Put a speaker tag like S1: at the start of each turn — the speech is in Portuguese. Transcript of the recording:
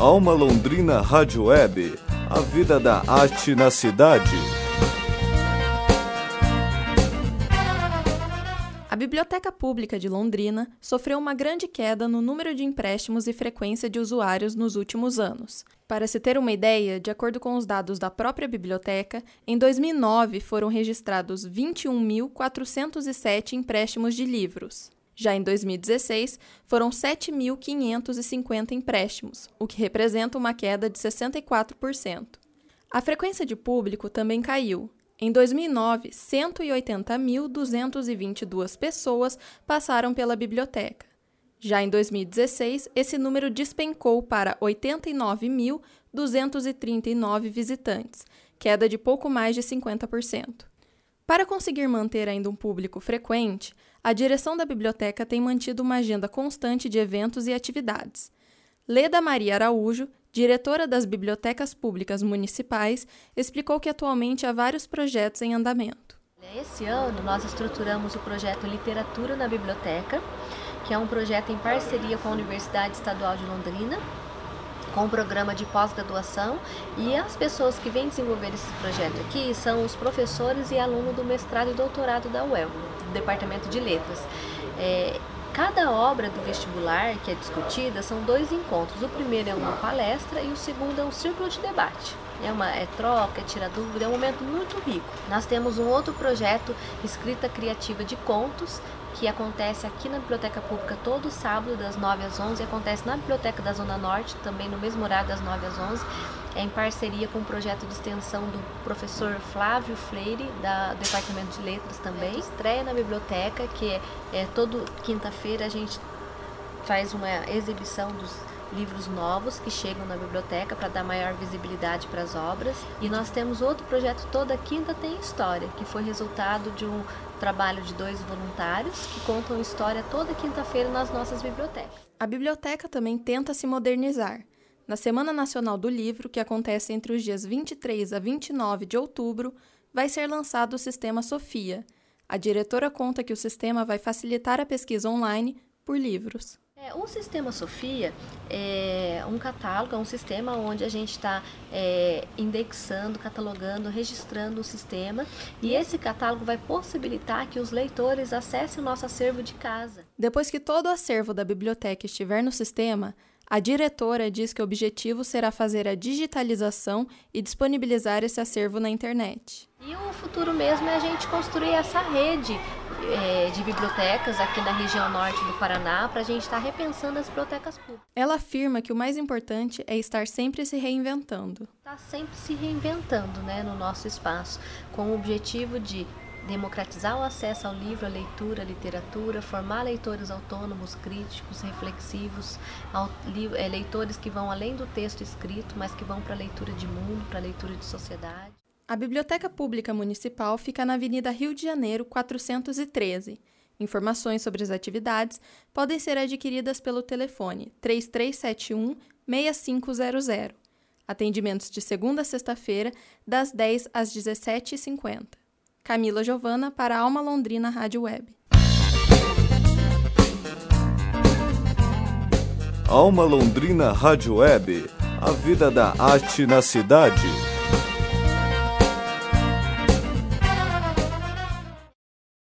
S1: Alma Londrina Rádio Web, a vida da arte na cidade.
S2: A Biblioteca Pública de Londrina sofreu uma grande queda no número de empréstimos e frequência de usuários nos últimos anos. Para se ter uma ideia, de acordo com os dados da própria biblioteca, em 2009 foram registrados 21.407 empréstimos de livros. Já em 2016, foram 7.550 empréstimos, o que representa uma queda de 64%. A frequência de público também caiu. Em 2009, 180.222 pessoas passaram pela biblioteca. Já em 2016, esse número despencou para 89.239 visitantes, queda de pouco mais de 50%. Para conseguir manter ainda um público frequente, a direção da biblioteca tem mantido uma agenda constante de eventos e atividades. Leda Maria Araújo, diretora das Bibliotecas Públicas Municipais, explicou que atualmente há vários projetos em andamento.
S3: Esse ano nós estruturamos o projeto Literatura na Biblioteca, que é um projeto em parceria com a Universidade Estadual de Londrina, com o programa de pós-graduação, e as pessoas que vêm desenvolver esse projeto aqui são os professores e alunos do mestrado e doutorado da UEL, do Departamento de Letras. Cada obra do vestibular que é discutida são 2 encontros. O primeiro é uma palestra e o segundo é um círculo de debate. É troca, é tira dúvida, é um momento muito rico. Nós temos um outro projeto, Escrita Criativa de Contos, que acontece aqui na Biblioteca Pública todo sábado, das 9 às 11, acontece na Biblioteca da Zona Norte, também no mesmo horário, das 9 às 11, em parceria com o projeto de extensão do professor Flávio Freire, do Departamento de Letras também. Estreia na biblioteca, que é toda quinta-feira a gente faz uma exibição dos livros novos que chegam na biblioteca para dar maior visibilidade para as obras. E nós temos outro projeto, Toda Quinta Tem História, que foi resultado de um trabalho de 2 voluntários que contam história toda quinta-feira nas nossas bibliotecas.
S2: A biblioteca também tenta se modernizar. Na Semana Nacional do Livro, que acontece entre os dias 23 a 29 de outubro, vai ser lançado o Sistema Sofia. A diretora conta que o sistema vai facilitar a pesquisa online por livros.
S3: O Sistema Sofia é um catálogo, é um sistema onde a gente está indexando, catalogando, registrando o sistema, e esse catálogo vai possibilitar que os leitores acessem o nosso acervo de casa.
S2: Depois que todo o acervo da biblioteca estiver no sistema, a diretora diz que o objetivo será fazer a digitalização e disponibilizar esse acervo na internet.
S3: E o futuro mesmo é a gente construir essa rede de bibliotecas aqui na região norte do Paraná, para a gente estar repensando as bibliotecas públicas.
S2: Ela afirma que o mais importante é estar sempre se reinventando.
S3: Está sempre se reinventando, no nosso espaço, com o objetivo de democratizar o acesso ao livro, à leitura, à literatura, formar leitores autônomos, críticos, reflexivos, leitores que vão além do texto escrito, mas que vão para a leitura de mundo, para a leitura de sociedade.
S2: A Biblioteca Pública Municipal fica na Avenida Rio de Janeiro, 413. Informações sobre as atividades podem ser adquiridas pelo telefone 3371-6500. Atendimentos de segunda a sexta-feira, das 10 às 17h50. Camila Giovana para a Alma Londrina Rádio Web.
S1: Alma Londrina Rádio Web, a vida da arte na cidade.